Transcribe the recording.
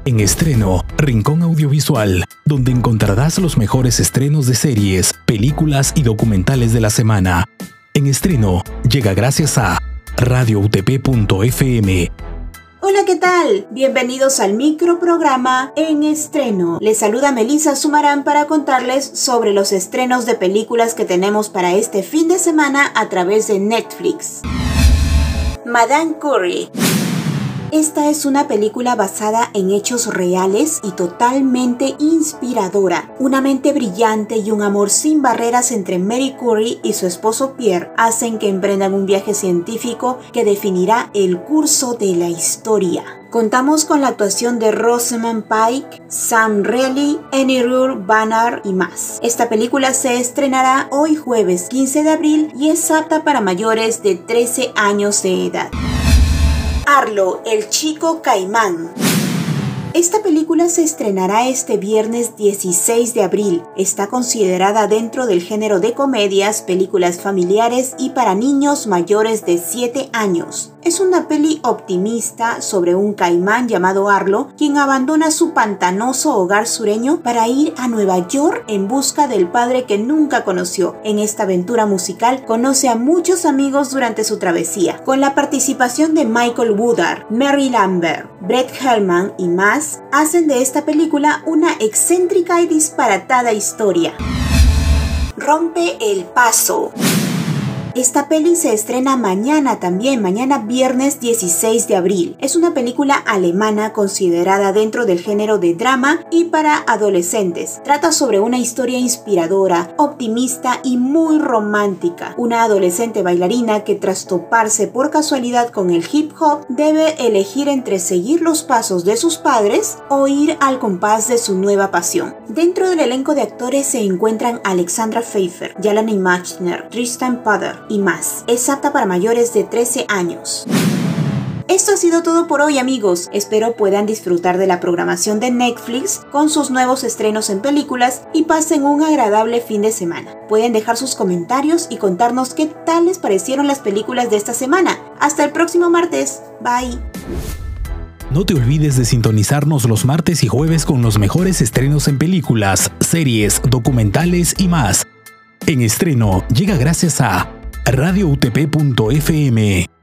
En estreno, Rincón Audiovisual, donde encontrarás los mejores estrenos de series, películas y documentales de la semana. En estreno, llega gracias a radioutp.fm. Hola, ¿qué tal? Bienvenidos al microprograma En Estreno. Les saluda Melissa Sumarán para contarles sobre los estrenos de películas que tenemos para este fin de semana a través de Netflix. Madame Curie. Esta es una película basada en hechos reales y totalmente inspiradora. Una mente brillante y un amor sin barreras entre Marie Curie y su esposo Pierre hacen que emprendan un viaje científico que definirá el curso de la historia. Contamos con la actuación de Rosamund Pike, Sam Reilly, Anirudh Bannar y más. Esta película se estrenará hoy jueves 15 de abril y es apta para mayores de 13 años de edad. Arlo, el chico caimán. Esta película se estrenará este viernes 16 de abril. Está considerada dentro del género de comedias, películas familiares y para niños mayores de 7 años. Es una peli optimista sobre un caimán llamado Arlo, quien abandona su pantanoso hogar sureño para ir a Nueva York en busca del padre que nunca conoció. En esta aventura musical conoce a muchos amigos durante su travesía. Con la participación de Michael Woodard, Mary Lambert, Brett Hellman y más, hacen de esta película una excéntrica y disparatada historia. Rompe el paso. Esta peli se estrena mañana viernes 16 de abril. Es una película alemana considerada dentro del género de drama y para adolescentes. Trata sobre una historia inspiradora, optimista y muy romántica. Una adolescente bailarina que tras toparse por casualidad con el hip hop debe elegir entre seguir los pasos de sus padres o ir al compás de su nueva pasión. Dentro del elenco de actores se encuentran Alexandra Pfeiffer, Jelani Machner, Tristan Potter y más. Es apta para mayores de 13 años. Esto ha sido todo por hoy, amigos. Espero puedan disfrutar de la programación de Netflix con sus nuevos estrenos en películas y pasen un agradable fin de semana. Pueden dejar sus comentarios y contarnos qué tal les parecieron las películas de esta semana. Hasta el próximo martes. Bye. No te olvides de sintonizarnos los martes y jueves con los mejores estrenos en películas, series, documentales y más. En estreno llega gracias a radioutp.fm.